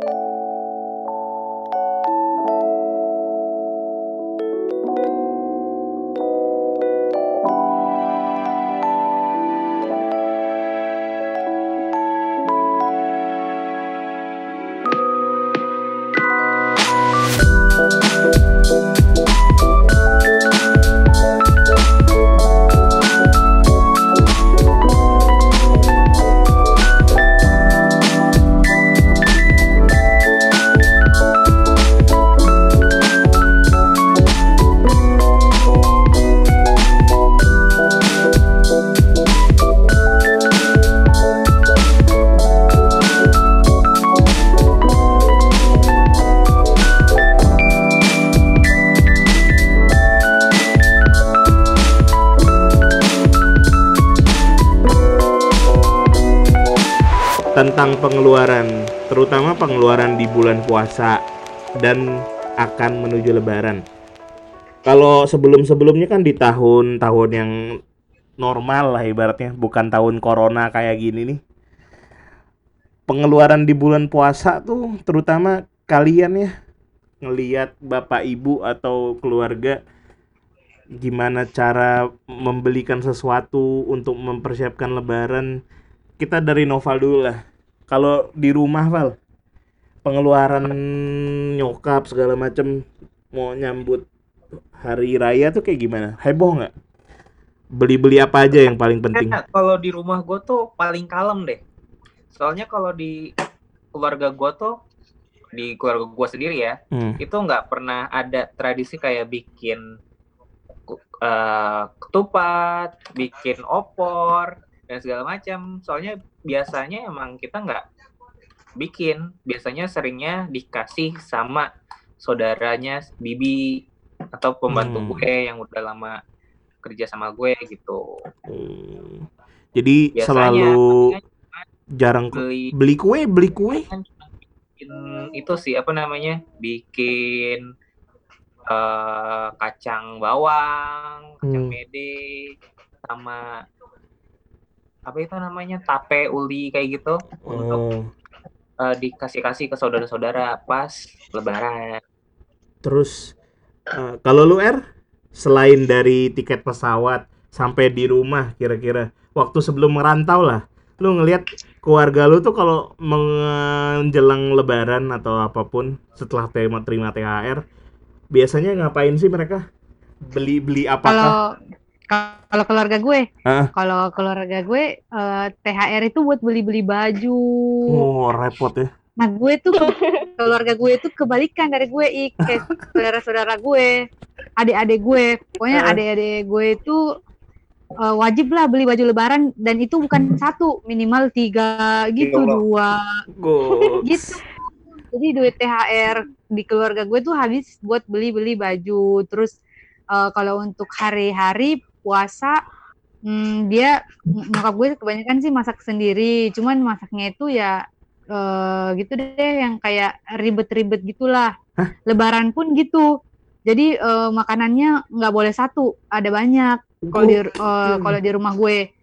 Tentang pengeluaran, terutama pengeluaran di bulan puasa dan akan menuju Lebaran. Kalau sebelum-sebelumnya kan di tahun-tahun yang normal lah ibaratnya, bukan tahun corona kayak gini nih. Pengeluaran di bulan puasa tuh terutama kalian ya ngelihat bapak ibu atau keluarga gimana cara membelikan sesuatu untuk mempersiapkan Lebaran. Kita dari Noval dulu lah. Kalau di rumah Val, pengeluaran nyokap segala macem mau nyambut hari raya tuh kayak gimana? Heboh nggak? Beli-beli apa aja yang paling penting? Kalau di rumah gue tuh paling kalem deh. Soalnya kalau di keluarga gue tuh, di keluarga gue sendiri ya, itu nggak pernah ada tradisi kayak bikin ketupat, bikin opor, dan segala macam. Soalnya biasanya emang kita nggak bikin. Biasanya seringnya dikasih sama saudaranya bibi atau pembantu gue yang udah lama kerja sama gue gitu. Jadi Biasanya selalu jarang beli kue. Bikin itu sih apa namanya, bikin kacang bawang, kacang mede, sama apa itu namanya, tape uli kayak gitu untuk dikasih ke saudara-saudara pas Lebaran. Terus kalau lu selain dari tiket pesawat sampai di rumah kira-kira waktu sebelum merantau lah, lu ngelihat keluarga lu tuh kalau menjelang Lebaran atau apapun setelah terima THR biasanya ngapain sih mereka? Beli apakah? Kalau keluarga gue THR itu buat beli baju. Oh, repot ya. Nah, keluarga gue itu kebalikan dari gue, kayak saudara-saudara gue, adik-adik gue. Pokoknya adik-adik gue itu wajib lah beli baju Lebaran, dan itu bukan satu, minimal 3 gitu, 2 gitu. Jadi duit THR di keluarga gue tuh habis buat beli baju. Terus kalau untuk hari-hari puasa, dia nyokap gue kebanyakan sih masak sendiri. Cuman masaknya itu ya gitu deh, yang kayak ribet-ribet gitulah. Lebaran pun gitu. Jadi makanannya nggak boleh satu, ada banyak. Kalau di rumah gue.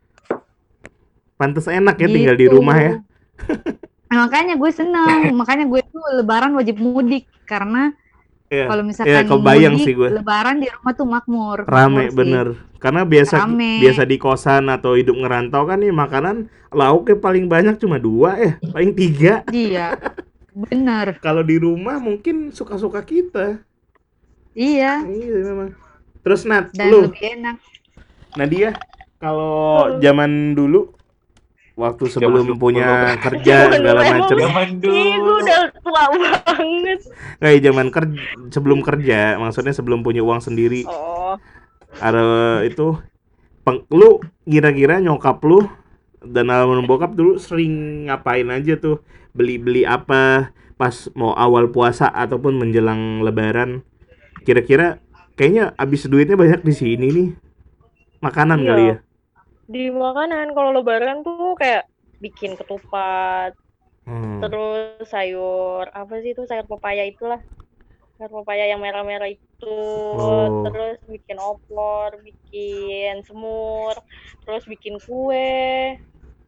Pantes enak ya gitu. Tinggal di rumah ya. Makanya gue seneng, makanya gue tuh Lebaran wajib mudik, karena kalau misalkan mudik sih gue. Lebaran di rumah tuh makmur. Rame bener. Karena biasa di kosan atau hidup ngerantau kan nih makanan lauknya paling banyak cuma 2 paling 3. Iya, bener. Kalau di rumah mungkin suka-suka kita. Iya. Iya memang. Terus Nat, dan lu lebih enak. Nadia, kalau zaman dulu waktu sebelum punya kerja segala macam. Zaman dulu. Gue udah tua banget. Zaman sebelum kerja, maksudnya sebelum punya uang sendiri. Oh. Ada itu lu kira-kira nyokap lu dan almarhum bokap dulu sering ngapain aja tuh? Beli-beli apa pas mau awal puasa ataupun menjelang Lebaran? Kira-kira kayaknya habis duitnya banyak di sini nih. Makanan kali ya. Di makanan kalau Lebaran tuh kayak bikin ketupat, terus sayur apa sih itu, sayur pepaya itulah, sayur pepaya yang merah-merah itu, terus bikin opor, bikin semur, terus bikin kue,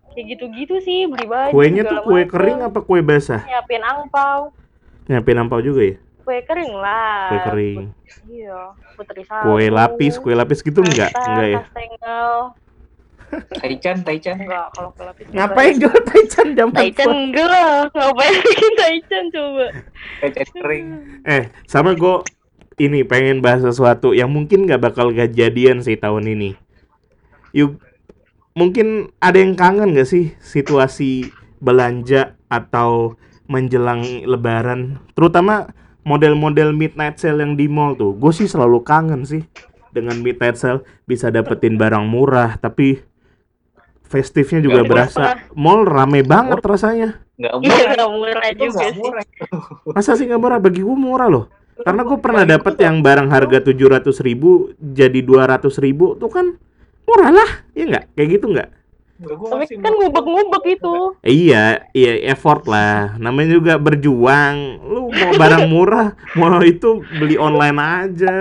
Kayak gitu-gitu sih, beli baju Kuenya tuh segala kue macem. kering apa kue basah? Nyiapin angpau. Nyiapin ampau juga ya? Kue kering lah. Kue kering. Iya, putri Kue salju, lapis gitu enggak? nastar, Enggak ya? kastengel. Taichan. Enggak, kalau kue lapis Ngapain jual Taichan zaman Taichan enggak lah, ngapain bikin Taichan coba. Taichan kering. sama gue ini pengen bahas sesuatu yang mungkin nggak bakal kejadian sih tahun ini. Yuk, mungkin ada yang kangen nggak sih situasi belanja atau menjelang Lebaran, terutama model-model midnight sale yang di mall tuh. Gue sih selalu kangen sih dengan midnight sale, bisa dapetin barang murah, tapi festifnya juga Nggak berasa. Mall rame banget rasanya. Nggak Iya, murah. nggak murah Itu juga nggak sih. murah. Masa sih nggak murah? Bagi gue murah loh. Karena gue pernah dapet yang barang harga 700.000 jadi 200.000 tuh kan murah lah, iya nggak? Kayak gitu nggak? Tapi kan ngubek-ngubek itu. Iya effort lah. Namanya juga berjuang. Lu mau barang murah, mau itu beli online aja.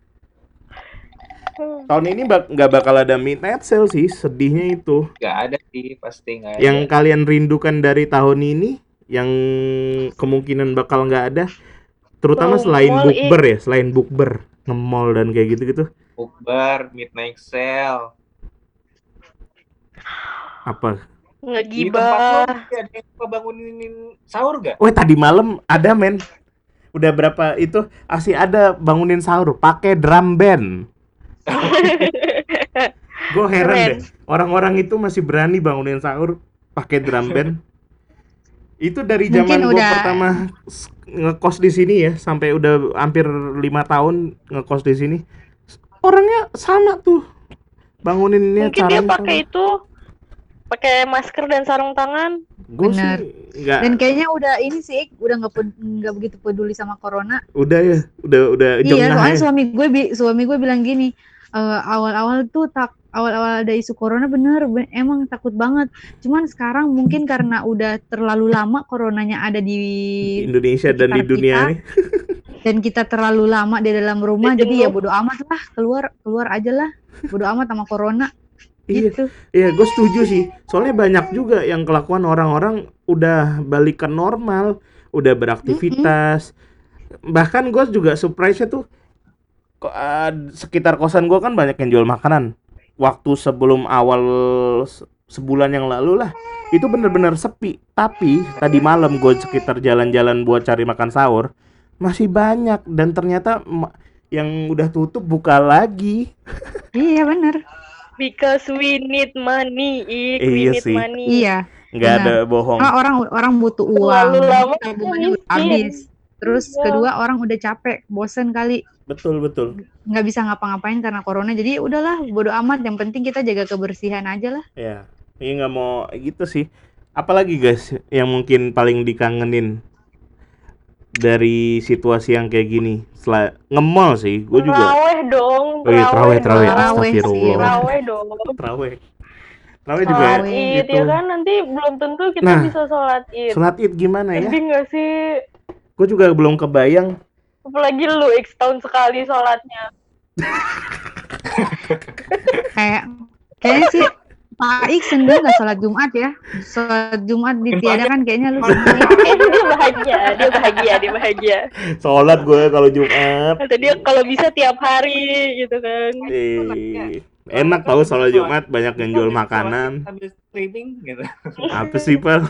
Tahun ini nggak bakal ada midnight sale sih, sedihnya itu. Nggak ada sih, pasti nggak ada. Yang kalian rindukan dari tahun ini, yang kemungkinan bakal nggak ada, terutama Mau selain mall, bukber ya, selain bukber, nge-mall dan kayak gitu-gitu. Bukber, midnight sale. Apa? Di tempat lo Ngegibah. ada yang suka bangunin sahur gak? Weh, tadi malam ada men. Udah berapa itu asli ada bangunin sahur pakai drum band. Gue heran Keren. deh, orang-orang itu masih berani bangunin sahur pakai drum band. Itu dari Mungkin zaman gue udah- pertama ngekos di sini ya, sampai udah hampir 5 tahun ngekos di sini. Orangnya sama tuh. Banguninnya Mungkin dia caranya pakai itu, pakai masker dan sarung tangan. Gue sih Benar. nggak, Dan kayaknya udah ini sih, udah nggak begitu peduli sama corona. udah ya, udah Iya, jengah soalnya ya. suami gue bilang gini, awal-awal tuh awal-awal ada isu corona emang takut banget. Cuman sekarang mungkin karena udah terlalu lama coronanya ada Di di Indonesia dan di sekitar dunia kita, nih. dan kita terlalu lama di dalam rumah, Dia jadi ya jenuh. bodo amat lah, keluar aja lah, bodo amat sama corona. Iya. Gitu. Iya, gue setuju sih. Soalnya banyak juga yang kelakuan orang-orang udah balik ke normal, udah beraktivitas. Bahkan gue juga surprise-nya tuh, sekitar kosan gue kan banyak yang jual makanan. Waktu sebelum awal sebulan yang lalu lah, itu bener-bener sepi. Tapi tadi malam gue sekitar jalan-jalan buat cari makan sahur, masih banyak. Dan ternyata yang udah tutup buka lagi. Iya bener. Because we need money, we Iya need sih. money. Iya. Nggak Benar. ada bohong. Karena orang butuh uang, Terlalu lama tabungannya udah miskin. habis. Terus Iya. kedua orang udah capek, bosen kali, Betul. nggak bisa ngapa-ngapain karena corona. Jadi udahlah, bodo amat. Yang penting kita jaga kebersihan aja lah. Ya, ini nggak mau gitu sih. Apalagi guys yang mungkin paling dikangenin dari situasi yang kayak gini? Nge-mall sih, gue juga. Terawih dong. Oh iya, terawih. Terawih sih, Astagfirullah. Terawih dong. Terawih juga Sholat Terawih. id gitu. ya kan, nanti belum tentu kita Nah, bisa sholat id. Sholat id gimana ya? Sedih nggak sih? Gue juga belum kebayang. Apalagi lu X tahun sekali sholatnya. Kayaknya sih Pak Iksan dia nggak sholat Jumat ya. Sholat Jumat ditiadakan kayaknya lu. Kayaknya dia bahagia. Sholat gue kalau Jumat. Kata dia kalau bisa tiap hari gitu kan. Enak tahu sholat Jumat banyak yang jual makanan. Sambil streaming gitu. Apa sih, Pak?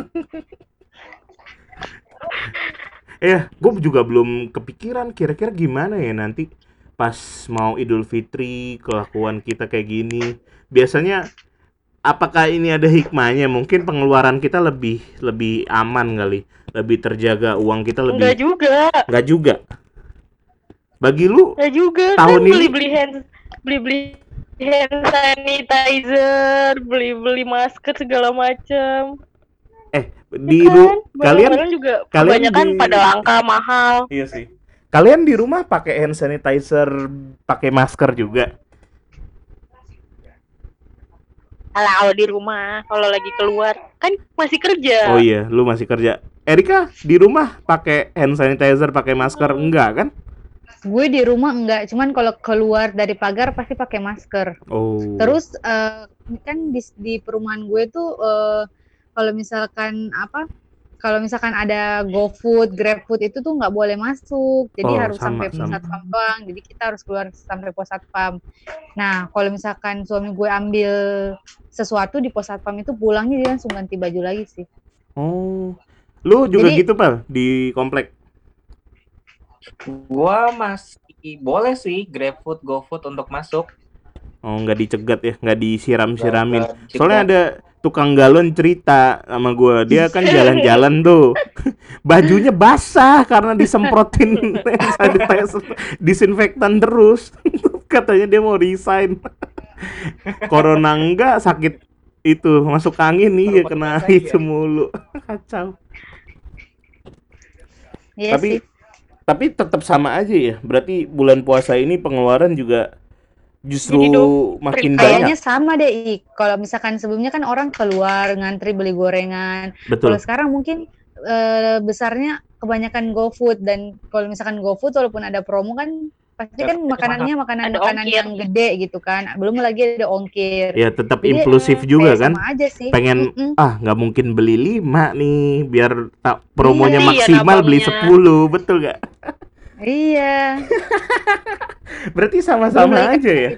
Gue juga belum kepikiran kira-kira gimana ya nanti pas mau Idul Fitri, kelakuan kita kayak gini. Biasanya apakah ini ada hikmahnya? Mungkin pengeluaran kita lebih aman kali, lebih terjaga, uang kita lebih. Enggak juga. Bagi lu Enggak juga. tahun Kan ini beli hand sanitizer, beli masker segala macam. kalian juga kalian kebanyakan pada langka mahal. Iya sih. Kalian di rumah pakai hand sanitizer, pakai masker juga? Kalau di rumah, kalau lagi keluar kan masih kerja. Oh iya, lu masih kerja. Erika di rumah pakai hand sanitizer, pakai masker enggak kan? Gue di rumah enggak, cuman kalau keluar dari pagar pasti pakai masker. Oh. Terus kan di perumahan gue tuh kalau misalkan ada GoFood, GrabFood itu tuh nggak boleh masuk. Jadi Oh, harus sama, sampai pos satpam doang. Jadi kita harus keluar sampai pos satpam. Nah, kalau misalkan suami gue ambil sesuatu di pos satpam itu pulangnya dia langsung ganti baju lagi sih. Oh. Lu juga Jadi- gitu, Pal, di komplek? Gua masih boleh sih GrabFood, GoFood untuk masuk. Oh, nggak dicegat ya, nggak disiram-siramin. Nggak dicegat. Soalnya ada tukang galon cerita sama gua, dia kan jalan-jalan tuh, bajunya basah karena disemprotin sanitizer, disinfektan terus. Katanya dia mau resign. Corona enggak, sakit itu masuk angin nih ya, kena itu mulu. Kacau. Iya Tapi sih. tapi tetap sama aja ya. Berarti bulan puasa ini pengeluaran juga justru Jadi dong, makin Kayaknya banyak. sama deh, Ik. Kalau misalkan sebelumnya kan orang keluar ngantri beli gorengan. Kalau Betul. sekarang mungkin besarnya kebanyakan GoFood, dan kalau misalkan GoFood walaupun ada promo kan pasti kan makanannya Ada makanan ongkir. yang gede gitu kan. Belum lagi ada ongkir. Ya tetap Jadi, inklusif juga kayak kan. sama aja sih. Pengen nggak mungkin beli 5 nih biar promonya Iya, maksimal beli nabangnya. 10, betul gak? Iya. Berarti Belum sama-sama lagi kan aja ya.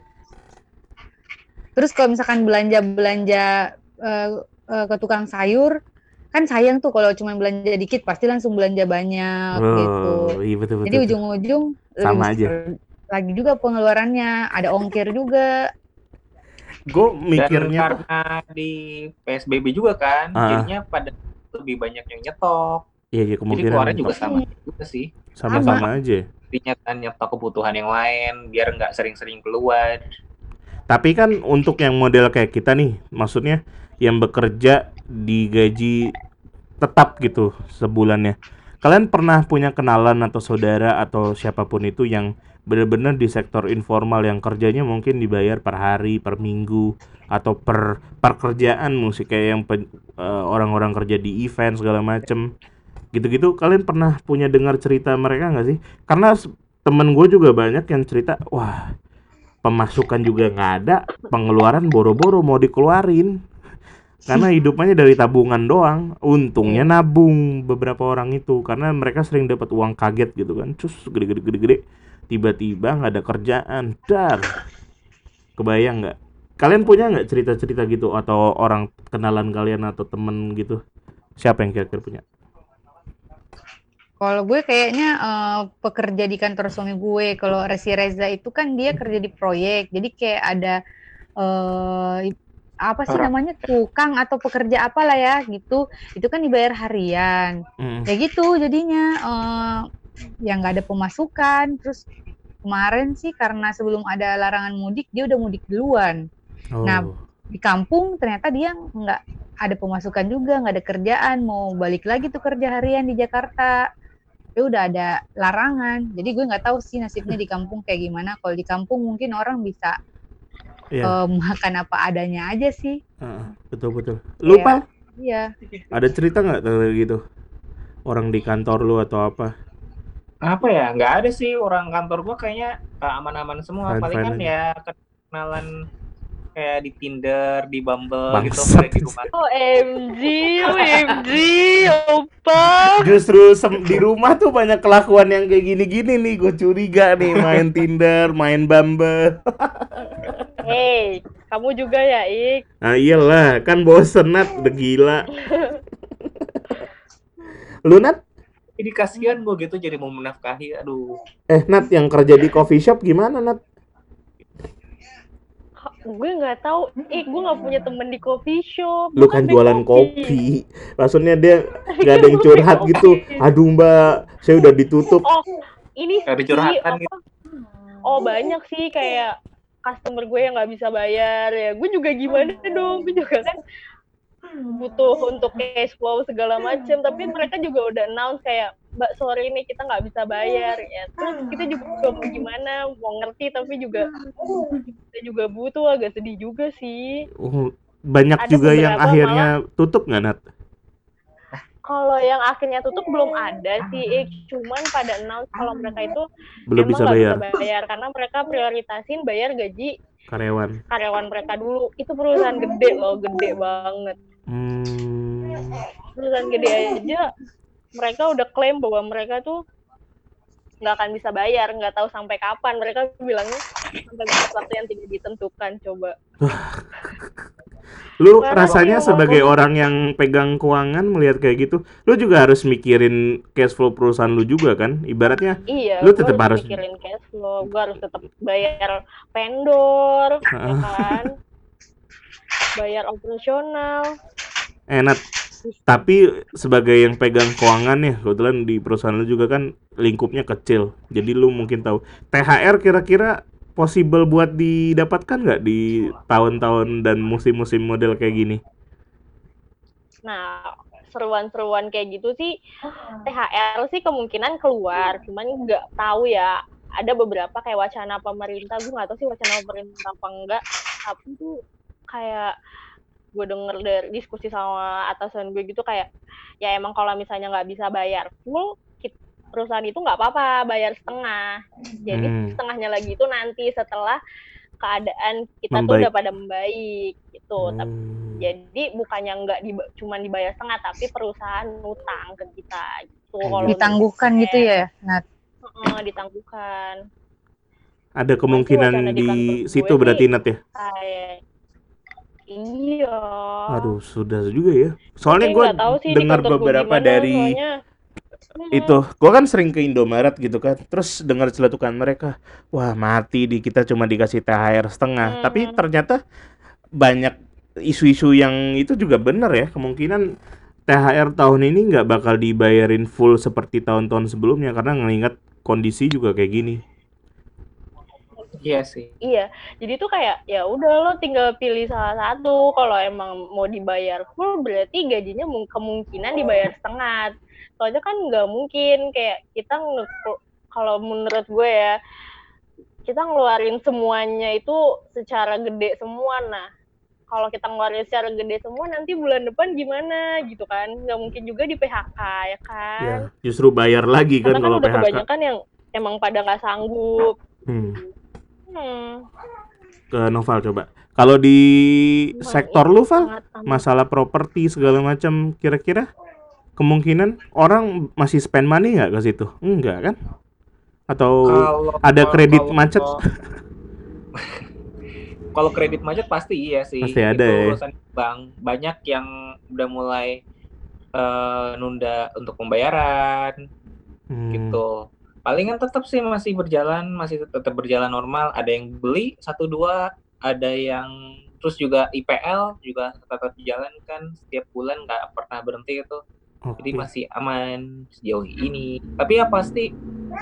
Terus kalau misalkan belanja ke tukang sayur, kan sayang tuh kalau cuma belanja dikit, pasti langsung belanja banyak gitu. Oh, iya betul. Jadi ujung-ujung lebih Sama besar aja. lagi juga pengeluarannya, ada ongkir juga. Gue Dan mikirnya tuh, karena di PSBB juga kan, Ah. jadinya pada lebih banyak yang nyetok. iya Jadi kemungkinan keluarnya juga nyetok. sama juga sih. Sama-sama aja. Intinya kan nyetok kebutuhan yang lain biar nggak sering-sering keluar. Tapi kan untuk yang model kayak kita nih, maksudnya yang bekerja digaji tetap gitu sebulannya. Kalian pernah punya kenalan atau saudara atau siapapun itu yang benar-benar di sektor informal yang kerjanya mungkin dibayar per hari, per minggu, atau per kerjaan musik kayak yang orang-orang kerja di event segala macem gitu-gitu. Kalian pernah punya dengar cerita mereka nggak sih? Karena temen gue juga banyak yang cerita, wah pemasukan juga nggak ada, pengeluaran boro-boro mau dikeluarin karena hidupannya dari tabungan doang. Untungnya nabung beberapa orang itu karena mereka sering dapat uang kaget gitu kan, cus gede-gede, tiba-tiba nggak ada kerjaan, dar. Kebayang nggak? Kalian punya nggak cerita-cerita gitu atau orang kenalan kalian atau temen gitu? Siapa yang kira-kira punya? Kalau gue kayaknya pekerja di kantor suami gue. Kalau Resi Reza itu kan dia kerja di proyek, jadi kayak ada apa sih namanya, tukang atau pekerja apalah ya gitu, itu kan dibayar harian. Ya gitu jadinya ya nggak ada pemasukan. Terus kemarin sih karena sebelum ada larangan mudik dia udah mudik duluan. Nah di kampung ternyata dia nggak ada pemasukan juga, nggak ada kerjaan, mau balik lagi tuh kerja harian di Jakarta. Tapi udah ada larangan, jadi gue nggak tahu sih nasibnya di kampung kayak gimana. Kalau di kampung mungkin orang bisa makan apa adanya aja sih. Betul. Lu Pal? Iya. Ada cerita nggak kayak gitu? Orang di kantor lu atau apa? Apa ya? Nggak ada sih, orang kantor gua kayaknya aman-aman semua. Fine-fine Palingan aja. ya kenalan kayak di Tinder, di Bumble gitu, Bangsat. paling di rumah. OMG, opa. Justru di rumah tuh banyak kelakuan yang kayak gini-gini nih, gue curiga nih, main Tinder, main Bumble. Hey, kamu juga ya, Ik? Nah iyalah, kan bosen Nat, udah gila. Lu Nat? Jadi kasihan gua gitu jadi mau menafkahi, aduh. Nat yang kerja di coffee shop gimana Nat? Gue nggak tahu, gue nggak punya temen di coffee shop. Lu kan jualan kopi. Maksudnya dia nggak ada yang curhat gitu. Aduh mbak, saya udah ditutup. Oh, ini Ada sih curhatan apa? Oh banyak sih kayak customer gue yang nggak bisa bayar ya. Gue juga gimana dong? Gue juga kan butuh untuk cash flow segala macam. Tapi mereka juga udah announce kayak, Mbak sorry nih kita nggak bisa bayar ya. Terus kita juga mau gimana? Mau ngerti tapi juga kita juga butuh, agak sedih juga sih. Banyak Ada juga yang beberapa akhirnya tutup nggak Nat? Kalau yang akhirnya tutup belum ada sih, cuman pada announce kalau mereka itu Belum emang bisa nggak bisa bayar bayar karena mereka prioritasin bayar gaji karyawan. karyawan mereka dulu. Itu perusahaan gede loh, gede banget. Perusahaan gede aja mereka udah klaim bahwa mereka tuh nggak akan bisa bayar, nggak tahu sampai kapan. Mereka bilangnya sampai batas waktu yang tidak ditentukan. Coba. Lu Karena rasanya sih sebagai mau orang yang pegang keuangan melihat kayak gitu, lu juga harus mikirin cash flow perusahaan lu juga kan? Ibaratnya iya, lu gue tetap harus harus mikirin cash flow, gue harus tetap bayar vendor, ya kan, bayar operasional. enak. Tapi sebagai yang pegang keuangan ya, kebetulan di perusahaan lu juga kan lingkupnya kecil. Jadi lu mungkin tahu. THR kira-kira possible buat didapatkan nggak di tahun-tahun dan musim-musim model kayak gini? Nah, seruan-seruan kayak gitu sih, THR sih kemungkinan keluar, cuman nggak tahu ya. Ada beberapa kayak wacana pemerintah, gue nggak tahu sih wacana pemerintah apa enggak, tapi tuh kayak gue denger dari diskusi sama atasan gue gitu kayak ya emang kalau misalnya nggak bisa bayar full perusahaan itu nggak apa-apa bayar setengah, jadi setengahnya lagi itu nanti setelah keadaan kita tuh udah pada membaik gitu. Jadi bukannya nggak cuma dibayar setengah tapi perusahaan utang ke kita gitu. Kalau ditangguhkan gitu ya, Nat? Ditangguhkan. Ada kemungkinan di situ berarti Nat ya? Iya. Aduh, sudah juga ya. Soalnya gue dengar beberapa dari itu, gue kan sering ke Indomaret gitu kan. Terus dengar celetukan mereka, wah mati di kita cuma dikasih THR setengah. Tapi ternyata banyak isu-isu yang itu juga benar ya. Kemungkinan THR tahun ini nggak bakal dibayarin full seperti tahun-tahun sebelumnya karena ngelihat kondisi juga kayak gini. Iya sih. Iya, jadi tuh kayak ya udah lo tinggal pilih salah satu. Kalau emang mau dibayar full berarti gajinya kemungkinan dibayar setengah. Soalnya kan nggak mungkin kayak kita kalau menurut gue ya kita ngeluarin semuanya itu secara gede semua. Nah, kalau kita ngeluarin secara gede semua nanti bulan depan gimana gitu kan? Nggak mungkin juga di PHK ya kan? Ya, justru bayar lagi kan kalau udah PHK. Kebanyakan yang emang pada nggak sanggup. Ke Noval coba. Kalau di sektor lu Val, masalah properti segala macam, kira-kira kemungkinan orang masih spend money nggak ke situ? Enggak kan? Atau ada kredit macet? Kalau kredit macet pasti iya sih. Pasti ada itu ya. Urusan bank. Banyak yang udah mulai nunda untuk pembayaran gitu. Palingan tetap sih masih tetap berjalan normal. Ada yang beli 1-2, ada yang terus juga IPL juga tetap jalan kan setiap bulan, nggak pernah berhenti itu. Jadi masih aman sejauh ini. Tapi ya pasti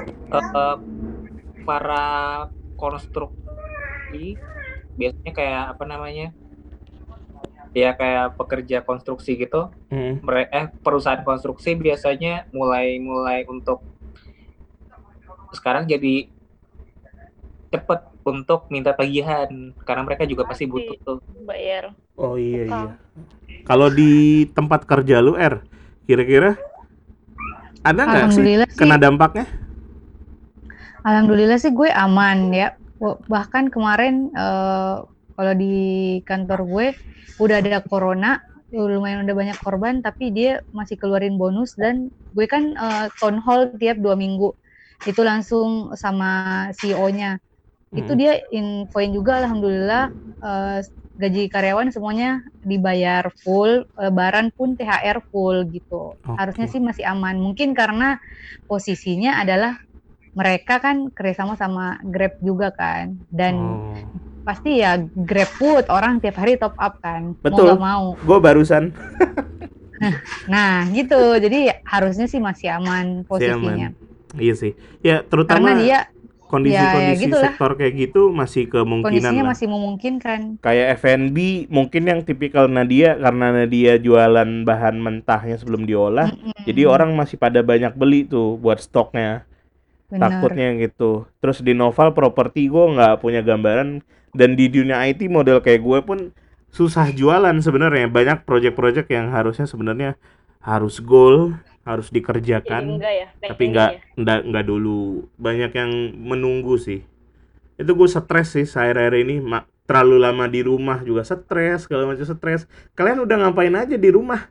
para konstruksi biasanya kayak apa namanya? Ya kayak pekerja konstruksi gitu. Perusahaan konstruksi biasanya mulai untuk sekarang jadi cepet untuk minta tagihan karena mereka juga pasti butuh tuh bayar. Oh iya. Kalau di tempat kerja lu kira-kira ada nggak sih kena dampaknya? Alhamdulillah sih gue aman ya. Bahkan kemarin kalau di kantor gue udah ada corona, lumayan udah banyak korban, tapi dia masih keluarin bonus dan gue kan town hall tiap 2 minggu. Itu langsung sama CEO-nya. Itu dia infoin juga alhamdulillah gaji karyawan semuanya dibayar full, lebaran pun THR full gitu. Harusnya sih masih aman. Mungkin karena posisinya adalah mereka kan kerjasama sama Grab juga kan. Dan pasti ya GrabFood orang tiap hari top up kan. Betul. Mau. Gue barusan. Nah gitu. Jadi harusnya sih masih aman posisinya. Iya sih. Ya terutama karena dia kondisi-kondisi sektor kayak gitu masih kemungkinan kondisinya lah. masih memungkinkan. Kayak F&B mungkin yang tipikal Nadia karena Nadia jualan bahan mentahnya sebelum diolah. Jadi orang masih pada banyak beli tuh buat stoknya. Bener. Takutnya gitu. Terus di Noval properti gue nggak punya gambaran dan di dunia IT model kayak gue pun susah jualan sebenarnya. Banyak project-project yang harusnya sebenarnya harus goal, harus Jadi dikerjakan. enggak ya? Tapi Pengen ya? enggak dulu. Banyak yang menunggu sih. Itu gue stres sih akhir-akhir ini. Terlalu lama di rumah juga stres, segala macam stres. Kalian udah ngapain aja di rumah?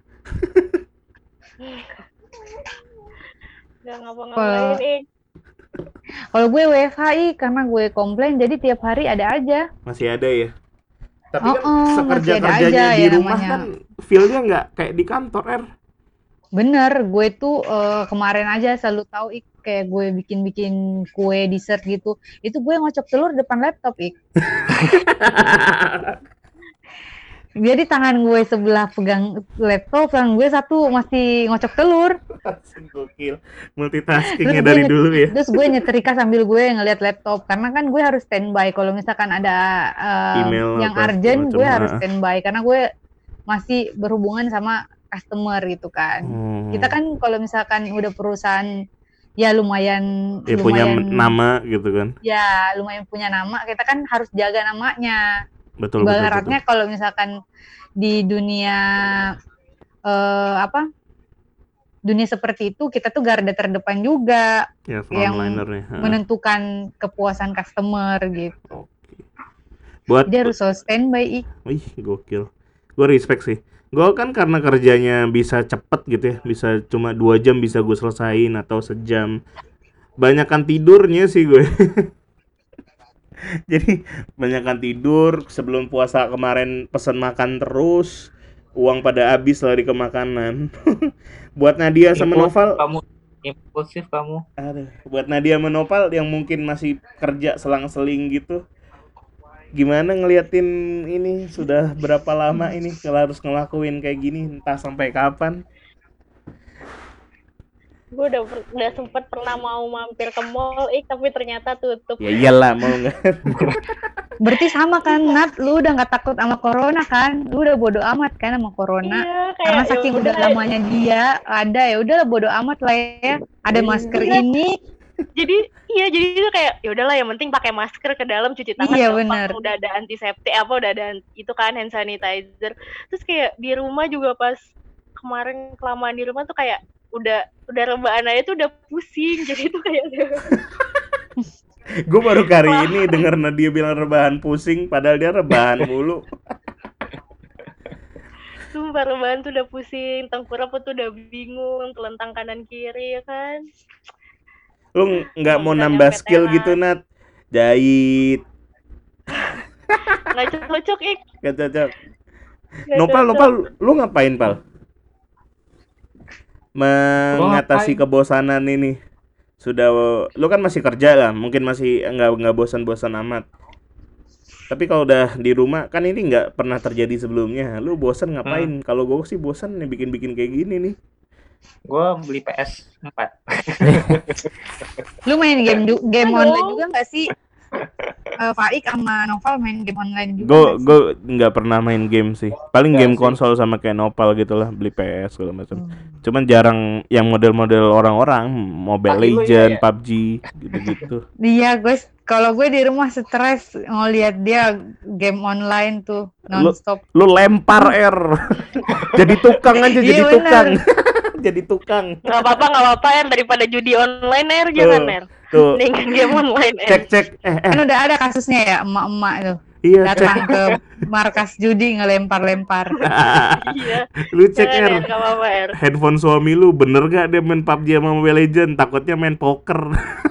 Nggak Kalau ngapa-ngapain, Ik. kalau gue WFH karena gue komplain jadi tiap hari ada aja. Masih ada ya. Tapi kan Masih ada sekerja-kerjanya aja di ya rumah namanya. kan feel-nya nggak kayak di kantor, Bener, gue tuh kemarin aja selalu tahu kayak gue bikin kue dessert gitu. Itu gue ngocok telur depan laptop Jadi tangan gue sebelah pegang laptop, tangan gue satu masih ngocok telur. Gokil. Terus Multitaskingnya gue dari dulu ya. terus gue nyetrika sambil gue ngeliat laptop karena kan gue harus standby kalau misalkan ada Email yang apa urgent macam. gue harus standby karena gue masih berhubungan sama customer gitu kan. Kita kan kalau misalkan udah perusahaan ya lumayan Ya punya nama gitu kan. ya lumayan punya nama, kita kan harus jaga namanya. Betul. Ibaratnya kalau misalkan di dunia dunia seperti itu kita tuh garda terdepan juga Ya, yang frontliner-nya. menentukan kepuasan customer gitu. Buat Dia harus selalu standby. Wih, gokil. Gue respect sih. Gue kan karena kerjanya bisa cepet gitu ya, bisa cuma 2 jam bisa gue selesain atau sejam. Banyakan tidurnya sih gue. Jadi banyakan tidur. Sebelum puasa kemarin pesen makan terus, uang pada habis lari ke makanan. Buat Nadia sama Noval, Impulsif kamu. aduh, buat Nadia sama Noval yang mungkin masih kerja selang-seling gitu, gimana ngeliatin ini sudah berapa lama ini kalau harus ngelakuin kayak gini, entah sampai kapan. Gue udah sempet pernah mau mampir ke mall, tapi ternyata tutup. Ya iyalah, mau nggak. Berarti sama kan, Nat? Lu udah nggak takut sama corona kan? Lu udah bodo amat kan sama corona? Iya, Karena saking udah lamanya dia ada, ya udah bodo amat lah ya. Ada masker ini. Jadi itu kayak ya udahlah, yang penting pakai masker ke dalam, cuci tangan, Iya, gampang, bener. udah ada antiseptik udah ada itu kan hand sanitizer. Terus kayak di rumah juga pas kemarin kelamaan di rumah tuh kayak udah rebahan aja tuh udah pusing, jadi tuh kayak Gue baru kali ini denger Nadia bilang rebahan pusing, padahal dia rebahan mulu. Sumpah rebahan tuh udah pusing, tengkurap tuh udah bingung, telentang kanan kiri ya kan. Lu nggak mau nambah skill gitu, Nat? Jahit. Nggak cocok, Nggak cocok. Nopal, lu ngapain, Pal? Mengatasi kebosanan ini. Sudah, lu kan masih kerja lah, mungkin masih nggak bosan-bosan amat. Tapi kalau udah di rumah, kan ini nggak pernah terjadi sebelumnya. Lu bosan ngapain? Kalau gue sih bosan nih bikin-bikin kayak gini nih. Gue beli PS4. Lu main game online juga nggak sih? Faik sama Noval main game online juga. Gue nggak pernah main game sih. Paling game konsol sama kayak Nopal gitulah, beli PS segala macam. Cuman jarang yang model-model orang-orang, Mobile Legends, PUBG gitu-gitu. Iya, guys. Kalau gue di rumah stres ngeliat dia game online tuh nonstop. Lu lempar jadi tukang aja, jadi tukang. Jadi tukang. Nggak apa-apa daripada judi online jangan Tuh. Dengan game online Cek. Kan udah ada kasusnya ya, emak-emak tuh. Iya, datang ke markas judi ngelempar-lempar. Iya. Lu cek nggak apa-apa handphone suami lu bener gak dia main PUBG sama Mobile Legends? Takutnya main poker.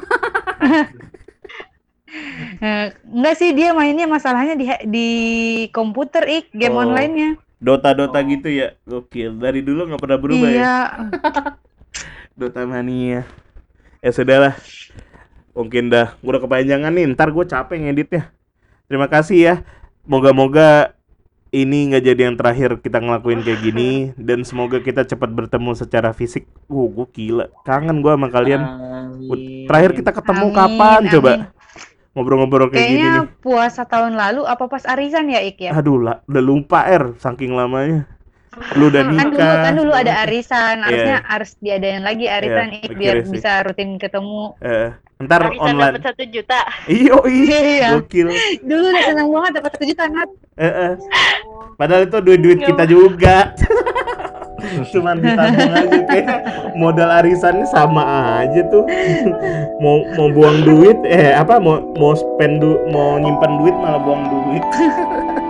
Enggak sih, dia mainnya masalahnya di komputer game online-nya. Dota gitu ya. Gokil. Dari dulu nggak pernah berubah ya. Dota mania. Ya sudahlah. Mungkin gue udah kepanjangan nih. Ntar gue capek ngeditnya. Terima kasih ya. Moga-moga ini nggak jadi yang terakhir kita ngelakuin kayak gini, dan semoga kita cepat bertemu secara fisik. Gue gila. Kangen gue sama kalian. Terakhir kita ketemu kapan coba? Ngobrol-ngobrol kayak gini nih. Kayaknya puasa tahun lalu apa pas arisan ya, Ik ya? Aduh lah, udah lupa saking lamanya. Lu udah nikah. Kan dulu ada arisan, harus diadain lagi arisan biar bisa rutin ketemu. Ntar arisan online. Dapat 1 juta. Iya. Gokil. Dulu udah seneng banget dapat 1 juta, Nat. Padahal itu duit kita juga. Cuman ditabung aja, kayaknya modal arisannya sama aja tuh. mau buang duit, mau nyimpen duit malah buang duit.